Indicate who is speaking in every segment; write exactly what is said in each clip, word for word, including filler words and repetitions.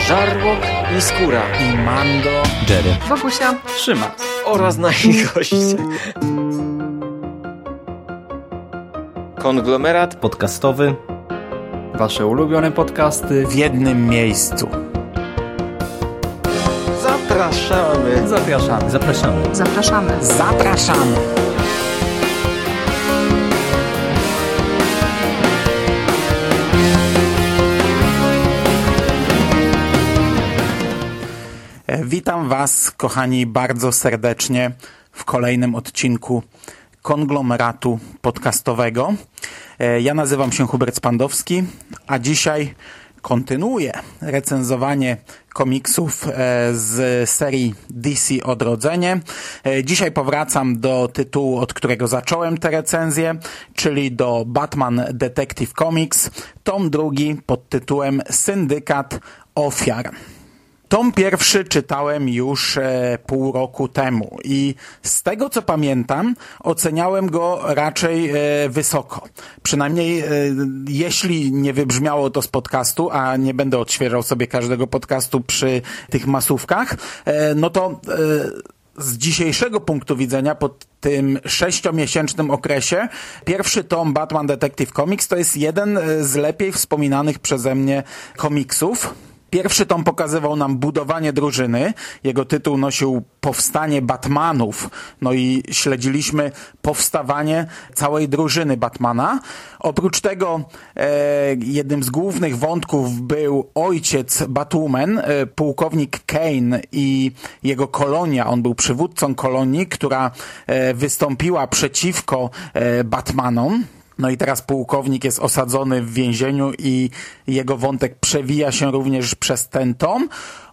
Speaker 1: Żarłok i Skóra
Speaker 2: i Mando,
Speaker 3: Jerry,
Speaker 4: Wokusia,
Speaker 5: Szymas
Speaker 1: oraz nasi goście. Konglomerat
Speaker 3: podcastowy.
Speaker 5: Wasze ulubione podcasty
Speaker 2: w jednym miejscu.
Speaker 1: Zapraszamy.
Speaker 5: Zapraszamy.
Speaker 3: Zapraszamy.
Speaker 4: zapraszamy.
Speaker 2: Zapraszamy. Witam Was, kochani, bardzo serdecznie w kolejnym odcinku Konglomeratu podcastowego. Ja nazywam się Hubert Spandowski, a dzisiaj kontynuuję recenzowanie komiksów z serii D C Odrodzenie. Dzisiaj powracam do tytułu, od którego zacząłem tę recenzję, czyli do Batman Detective Comics, tom drugi pod tytułem Syndykat Ofiar. Tom pierwszy czytałem już e, pół roku temu i z tego co pamiętam oceniałem go raczej e, wysoko. Przynajmniej e, jeśli nie wybrzmiało to z podcastu, a nie będę odświeżał sobie każdego podcastu przy tych masówkach, e, no to e, z dzisiejszego punktu widzenia po tym sześciomiesięcznym okresie pierwszy tom Batman Detective Comics to jest jeden z lepiej wspominanych przeze mnie komiksów. Pierwszy tom pokazywał nam budowanie drużyny. Jego tytuł nosił Powstanie Batmanów. No i śledziliśmy powstawanie całej drużyny Batmana. Oprócz tego e, jednym z głównych wątków był ojciec Batwoman, e, pułkownik Kane i jego kolonia. On był przywódcą kolonii, która e, wystąpiła przeciwko e, Batmanom. No i teraz pułkownik jest osadzony w więzieniu i jego wątek przewija się również przez ten tom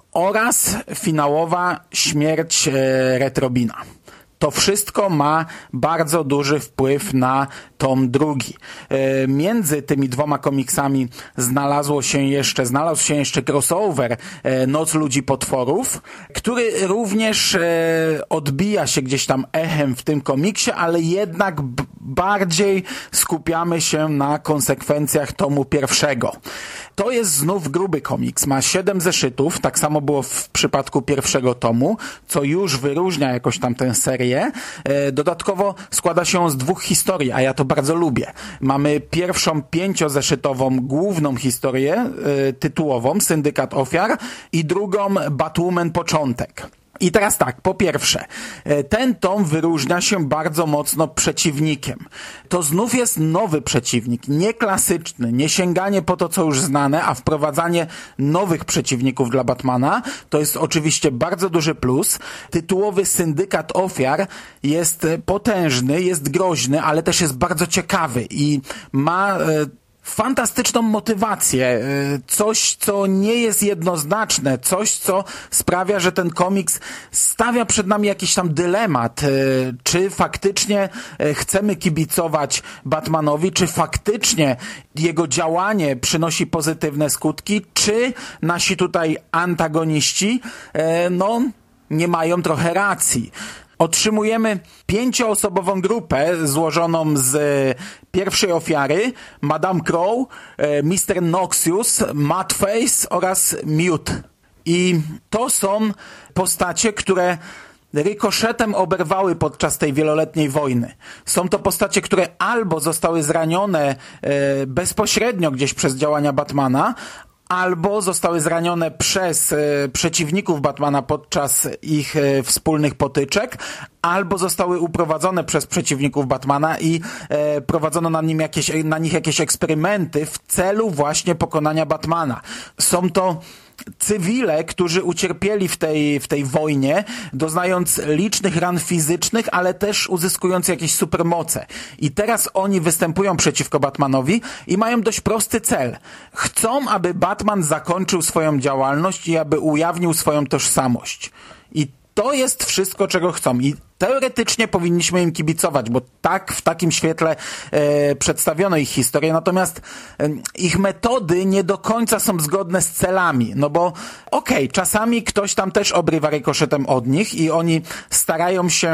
Speaker 2: oraz finałowa śmierć e, Red Robina. To wszystko ma bardzo duży wpływ na tom drugi. E, między tymi dwoma komiksami znalazło się jeszcze, znalazł się jeszcze crossover e, Noc Ludzi Potworów, który również e, odbija się gdzieś tam echem w tym komiksie, ale jednak b- bardziej skupiamy się na konsekwencjach tomu pierwszego. To jest znów gruby komiks, ma siedem zeszytów, tak samo było w przypadku pierwszego tomu, co już wyróżnia jakoś tam tę serię. Dodatkowo składa się z dwóch historii, a ja to bardzo lubię. Mamy pierwszą pięciozeszytową główną historię tytułową, Syndykat Ofiar, i drugą Batwoman Początek. I teraz tak, po pierwsze, ten tom wyróżnia się bardzo mocno przeciwnikiem. To znów jest nowy przeciwnik, nie klasyczny, nie sięganie po to, co już znane, a wprowadzanie nowych przeciwników dla Batmana. To jest oczywiście bardzo duży plus. Tytułowy Syndykat Ofiar jest potężny, jest groźny, ale też jest bardzo ciekawy i ma fantastyczną motywację, coś, co nie jest jednoznaczne, coś, co sprawia, że ten komiks stawia przed nami jakiś tam dylemat, czy faktycznie chcemy kibicować Batmanowi, czy faktycznie jego działanie przynosi pozytywne skutki, czy nasi tutaj antagoniści, no, nie mają trochę racji. Otrzymujemy pięcioosobową grupę złożoną z pierwszej ofiary, Madame Crow, mister Noxious, Mudface oraz Mute. I to są postacie, które rykoszetem oberwały podczas tej wieloletniej wojny. Są to postacie, które albo zostały zranione e, bezpośrednio gdzieś przez działania Batmana, albo zostały zranione przez e, przeciwników Batmana podczas ich e, wspólnych potyczek, albo zostały uprowadzone przez przeciwników Batmana i e, prowadzono na, nim jakieś, na nich jakieś eksperymenty w celu właśnie pokonania Batmana. Są to cywile, którzy ucierpieli w tej, w tej wojnie, doznając licznych ran fizycznych, ale też uzyskując jakieś supermoce. I teraz oni występują przeciwko Batmanowi i mają dość prosty cel. Chcą, aby Batman zakończył swoją działalność i aby ujawnił swoją tożsamość. I to jest wszystko, czego chcą. I teoretycznie powinniśmy im kibicować, bo tak w takim świetle e, przedstawiono ich historię, natomiast e, ich metody nie do końca są zgodne z celami, no bo okej, okay, czasami ktoś tam też obrywa rykoszetem od nich i oni starają się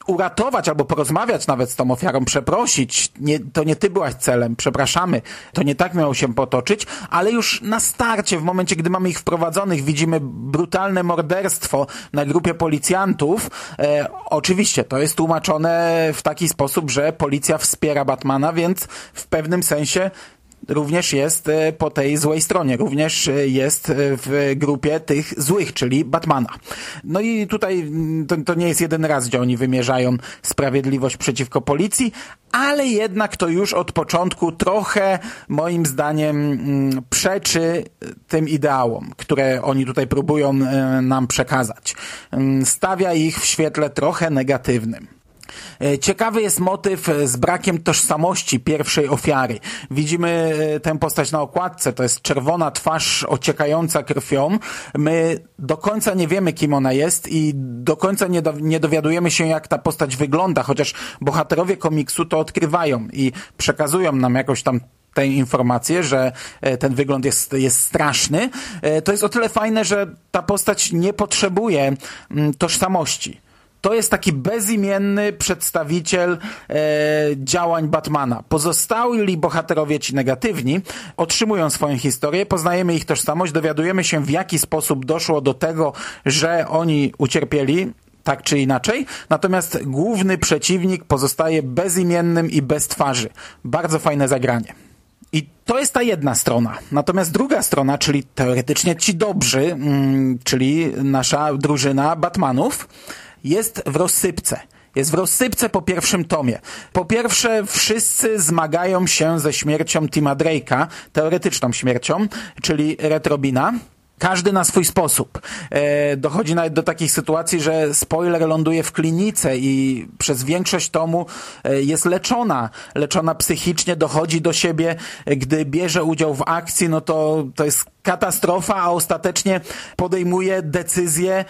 Speaker 2: uratować albo porozmawiać nawet z tą ofiarą, przeprosić. Nie, to nie ty byłaś celem, przepraszamy. To nie tak miało się potoczyć, ale już na starcie, w momencie, gdy mamy ich wprowadzonych, widzimy brutalne morderstwo na grupie policjantów. E, oczywiście to jest tłumaczone w taki sposób, że policja wspiera Batmana, więc w pewnym sensie również jest po tej złej stronie, również jest w grupie tych złych, czyli Batmana. No i tutaj to, to nie jest jeden raz, gdzie oni wymierzają sprawiedliwość przeciwko policji, ale jednak to już od początku trochę, moim zdaniem, przeczy tym ideałom, które oni tutaj próbują nam przekazać. Stawia ich w świetle trochę negatywnym. Ciekawy jest motyw z brakiem tożsamości pierwszej ofiary. Widzimy tę postać na okładce, to jest czerwona twarz ociekająca krwią. My do końca nie wiemy, kim ona jest i do końca nie, do, nie dowiadujemy się, jak ta postać wygląda, chociaż bohaterowie komiksu to odkrywają i przekazują nam jakoś tam tę informację, że ten wygląd jest, jest straszny. To jest o tyle fajne, że ta postać nie potrzebuje tożsamości. To jest taki bezimienny przedstawiciel e, działań Batmana. Pozostali bohaterowie, ci negatywni, otrzymują swoją historię, poznajemy ich tożsamość, dowiadujemy się, w jaki sposób doszło do tego, że oni ucierpieli, tak czy inaczej. Natomiast główny przeciwnik pozostaje bezimiennym i bez twarzy. Bardzo fajne zagranie. I to jest ta jedna strona. Natomiast druga strona, czyli teoretycznie ci dobrzy, mm, czyli nasza drużyna Batmanów, jest w rozsypce. Jest w rozsypce po pierwszym tomie. Po pierwsze, wszyscy zmagają się ze śmiercią Tima Drake'a, teoretyczną śmiercią, czyli Red Robina. Każdy na swój sposób. E, dochodzi nawet do takich sytuacji, że spoiler ląduje w klinice i przez większość tomu e, jest leczona. Leczona psychicznie, dochodzi do siebie. E, gdy bierze udział w akcji, no to, to jest katastrofa, a ostatecznie podejmuje decyzje e,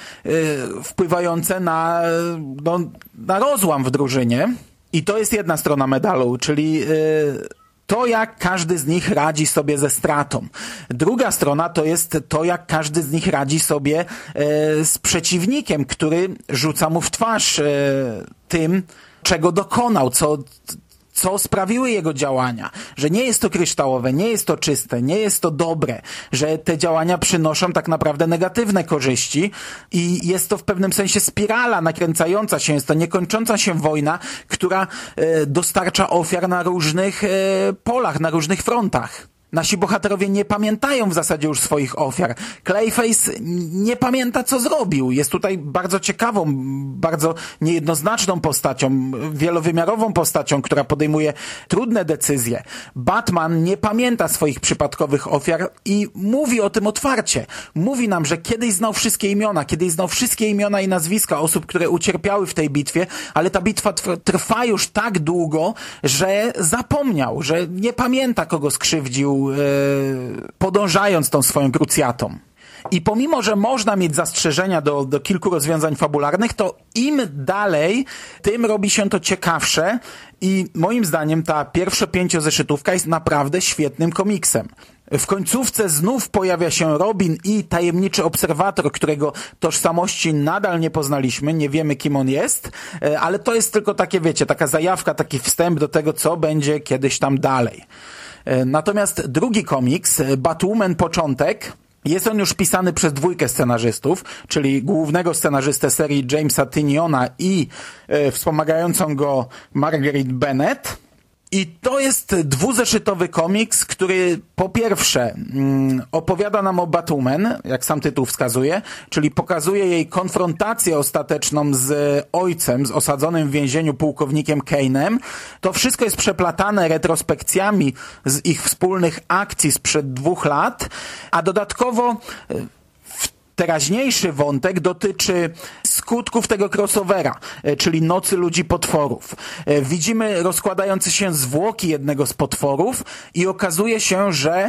Speaker 2: wpływające na, no, na rozłam w drużynie. I to jest jedna strona medalu, czyli e, to, jak każdy z nich radzi sobie ze stratą. Druga strona to jest to, jak każdy z nich radzi sobie e, z przeciwnikiem, który rzuca mu w twarz e, tym, czego dokonał, co, co sprawiły jego działania. Że nie jest to kryształowe, nie jest to czyste, nie jest to dobre, że te działania przynoszą tak naprawdę negatywne korzyści i jest to w pewnym sensie spirala nakręcająca się, jest to niekończąca się wojna, która e, dostarcza ofiar na różnych e, polach, na różnych frontach. Nasi bohaterowie nie pamiętają w zasadzie już swoich ofiar. Clayface nie pamięta, co zrobił. Jest tutaj bardzo ciekawą, bardzo niejednoznaczną postacią, wielowymiarową postacią, która podejmuje trudne decyzje. Batman nie pamięta swoich przypadkowych ofiar i mówi o tym otwarcie. Mówi nam, że kiedyś znał wszystkie imiona, kiedyś znał wszystkie imiona i nazwiska osób, które ucierpiały w tej bitwie, ale ta bitwa trwa już tak długo, że zapomniał, że nie pamięta, kogo skrzywdził, podążając tą swoją krucjatą. I pomimo, że można mieć zastrzeżenia do, do kilku rozwiązań fabularnych, to im dalej, tym robi się to ciekawsze i moim zdaniem ta pierwsza pięciozeszytówka jest naprawdę świetnym komiksem. W końcówce znów pojawia się Robin i tajemniczy obserwator, którego tożsamości nadal nie poznaliśmy, nie wiemy, kim on jest, ale to jest tylko takie, wiecie, taka zajawka, taki wstęp do tego, co będzie kiedyś tam dalej. Natomiast drugi komiks, Batwoman Początek, jest on już pisany przez dwójkę scenarzystów, czyli głównego scenarzystę serii Jamesa Tyniona i e, wspomagającą go Marguerite Bennett. I to jest dwuzeszytowy komiks, który po pierwsze mm, opowiada nam o Batwoman, jak sam tytuł wskazuje, czyli pokazuje jej konfrontację ostateczną z ojcem, z osadzonym w więzieniu pułkownikiem Kane'em. To wszystko jest przeplatane retrospekcjami z ich wspólnych akcji sprzed dwóch lat, a dodatkowo teraźniejszy wątek dotyczy skutków tego crossovera, czyli Nocy Ludzi Potworów. Widzimy rozkładające się zwłoki jednego z potworów i okazuje się, że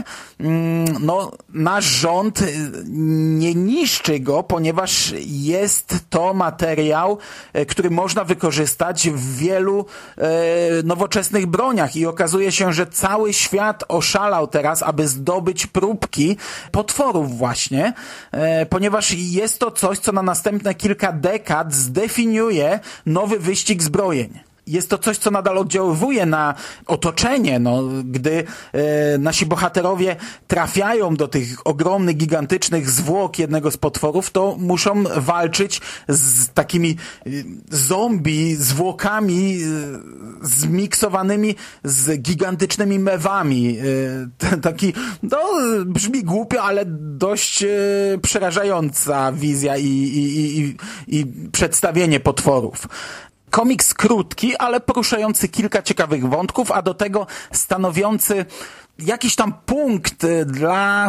Speaker 2: no, nasz rząd nie niszczy go, ponieważ jest to materiał, który można wykorzystać w wielu e, nowoczesnych broniach i okazuje się, że cały świat oszalał teraz, aby zdobyć próbki potworów właśnie, e, ponieważ jest to coś, co na następne kilka dekad zdefiniuje nowy wyścig zbrojeń. Jest to coś, co nadal oddziaływuje na otoczenie, no, gdy e, nasi bohaterowie trafiają do tych ogromnych, gigantycznych zwłok jednego z potworów, to muszą walczyć z takimi e, zombie, zwłokami e, zmiksowanymi z gigantycznymi mewami. E, t, taki, no, brzmi głupio, ale dość e, przerażająca wizja i, i, i, i przedstawienie potworów. Komiks krótki, ale poruszający kilka ciekawych wątków, a do tego stanowiący jakiś tam punkt dla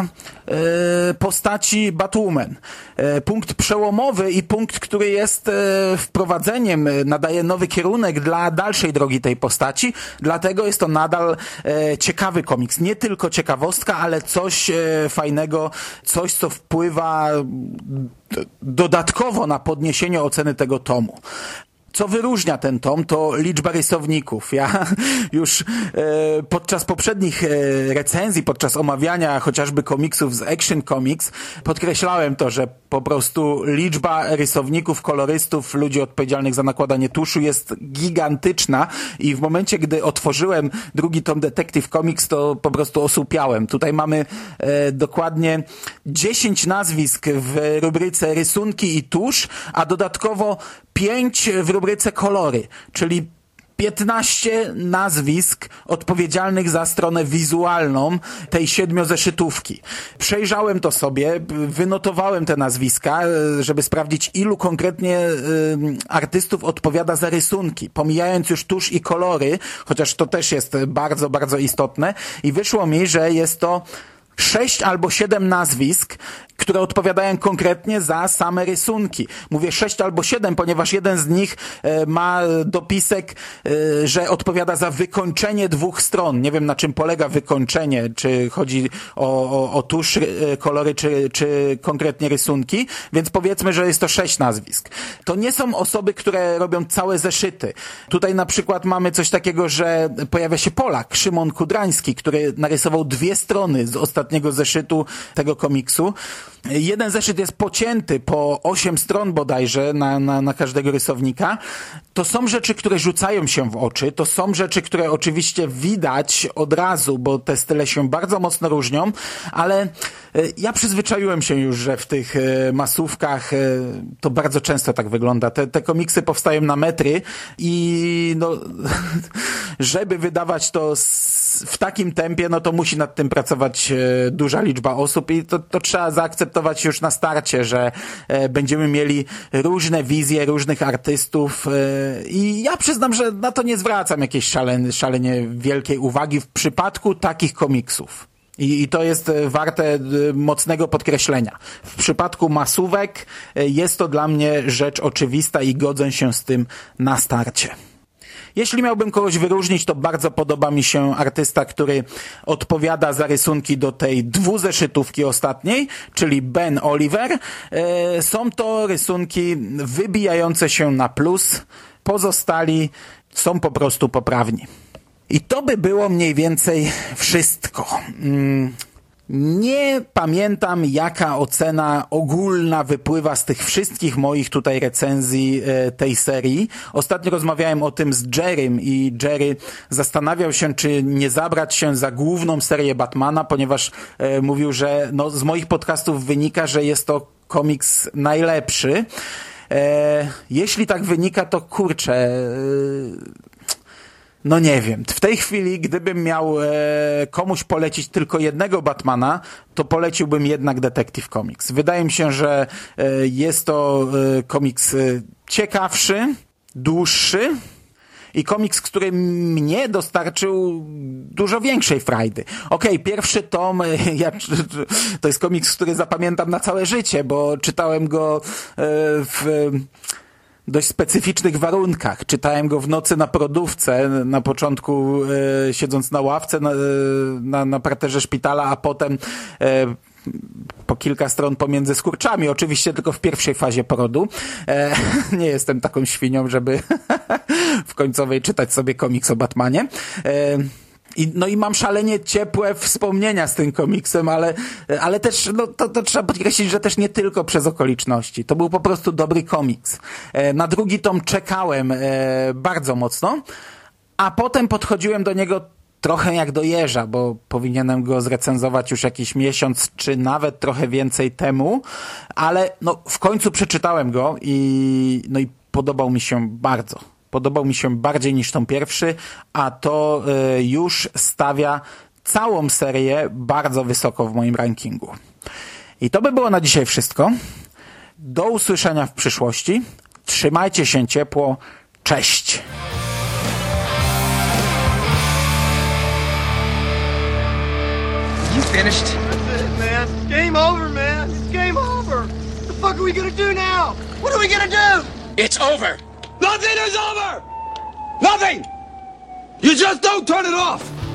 Speaker 2: e, postaci Batwoman. E, punkt przełomowy i punkt, który jest e, wprowadzeniem, nadaje nowy kierunek dla dalszej drogi tej postaci, dlatego jest to nadal e, ciekawy komiks. Nie tylko ciekawostka, ale coś e, fajnego, coś, co wpływa d- dodatkowo na podniesienie oceny tego tomu. Co wyróżnia ten tom, to liczba rysowników. Ja już e, podczas poprzednich e, recenzji, podczas omawiania chociażby komiksów z Action Comics podkreślałem to, że po prostu liczba rysowników, kolorystów, ludzi odpowiedzialnych za nakładanie tuszu jest gigantyczna i w momencie, gdy otworzyłem drugi tom Detective Comics, to po prostu osłupiałem. Tutaj mamy e, dokładnie dziesięć nazwisk w rubryce rysunki i tusz, a dodatkowo pięć w rubryce kolory, czyli piętnaście nazwisk odpowiedzialnych za stronę wizualną tej siedmiozeszytówki. Przejrzałem to sobie, wynotowałem te nazwiska, żeby sprawdzić, ilu konkretnie y, artystów odpowiada za rysunki, pomijając już tusz i kolory, chociaż to też jest bardzo, bardzo istotne i wyszło mi, że jest to sześć albo siedem nazwisk, które odpowiadają konkretnie za same rysunki. Mówię sześć albo siedem, ponieważ jeden z nich e, ma dopisek, e, że odpowiada za wykończenie dwóch stron. Nie wiem, na czym polega wykończenie, czy chodzi o, o, o tusz, e, kolory, czy, czy konkretnie rysunki, więc powiedzmy, że jest to sześć nazwisk. To nie są osoby, które robią całe zeszyty. Tutaj na przykład mamy coś takiego, że pojawia się Polak, Szymon Kudrański, który narysował dwie strony z ostatniego zeszytu tego komiksu. Jeden zeszyt jest pocięty po osiem stron bodajże na, na, na każdego rysownika. To są rzeczy, które rzucają się w oczy. To są rzeczy, które oczywiście widać od razu, bo te style się bardzo mocno różnią, ale ja przyzwyczaiłem się już, że w tych masówkach to bardzo często tak wygląda. Te, te komiksy powstają na metry i no, żeby wydawać to w takim tempie, no to musi nad tym pracować duża liczba osób i to, to trzeba zaakceptować już na starcie, że e, będziemy mieli różne wizje różnych artystów e, i ja przyznam, że na to nie zwracam jakiejś szalenie, szalenie wielkiej uwagi w przypadku takich komiksów. I, I to jest warte e, mocnego podkreślenia. W przypadku masówek e, jest to dla mnie rzecz oczywista i godzę się z tym na starcie. Jeśli miałbym kogoś wyróżnić, to bardzo podoba mi się artysta, który odpowiada za rysunki do tej dwuzeszytówki ostatniej, czyli Ben Oliver. E, są to rysunki wybijające się na plus. Pozostali są po prostu poprawni. I to by było mniej więcej wszystko. Mm. Nie pamiętam, jaka ocena ogólna wypływa z tych wszystkich moich tutaj recenzji e, tej serii. Ostatnio rozmawiałem o tym z Jerrym i Jerry zastanawiał się, czy nie zabrać się za główną serię Batmana, ponieważ e, mówił, że no, z moich podcastów wynika, że jest to komiks najlepszy. E, jeśli tak wynika, to kurczę... E, No nie wiem. W tej chwili, gdybym miał e, komuś polecić tylko jednego Batmana, to poleciłbym jednak Detective Comics. Wydaje mi się, że e, jest to e, komiks e, ciekawszy, dłuższy i komiks, który mnie dostarczył dużo większej frajdy. Okej, okay, pierwszy tom, ja, to jest komiks, który zapamiętam na całe życie, bo czytałem go e, w... dość specyficznych warunkach. Czytałem go w nocy na lodówce, na początku e, siedząc na ławce na, na, na parterze szpitala, a potem e, po kilka stron pomiędzy skurczami, oczywiście tylko w pierwszej fazie porodu. E, nie jestem taką świnią, żeby w końcowej czytać sobie komiks o Batmanie. E, I, no i mam szalenie ciepłe wspomnienia z tym komiksem, ale, ale też no, to, to trzeba podkreślić, że też nie tylko przez okoliczności. To był po prostu dobry komiks. E, na drugi tom czekałem e, bardzo mocno, a potem podchodziłem do niego trochę jak do jeża, bo powinienem go zrecenzować już jakiś miesiąc, czy nawet trochę więcej temu, ale no w końcu przeczytałem go i, no i podobał mi się bardzo. Podobał mi się bardziej niż tom pierwszy, a to y, już stawia całą serię bardzo wysoko w moim rankingu. I to by było na dzisiaj wszystko. Do usłyszenia w przyszłości. Trzymajcie się ciepło. Cześć!
Speaker 3: You finished?
Speaker 4: That's it, man. Game over, man. It's game over. What the fuck are we gonna do now? What are we gonna do?
Speaker 3: It's over!
Speaker 6: Nothing is over! Nothing! You just don't turn it off!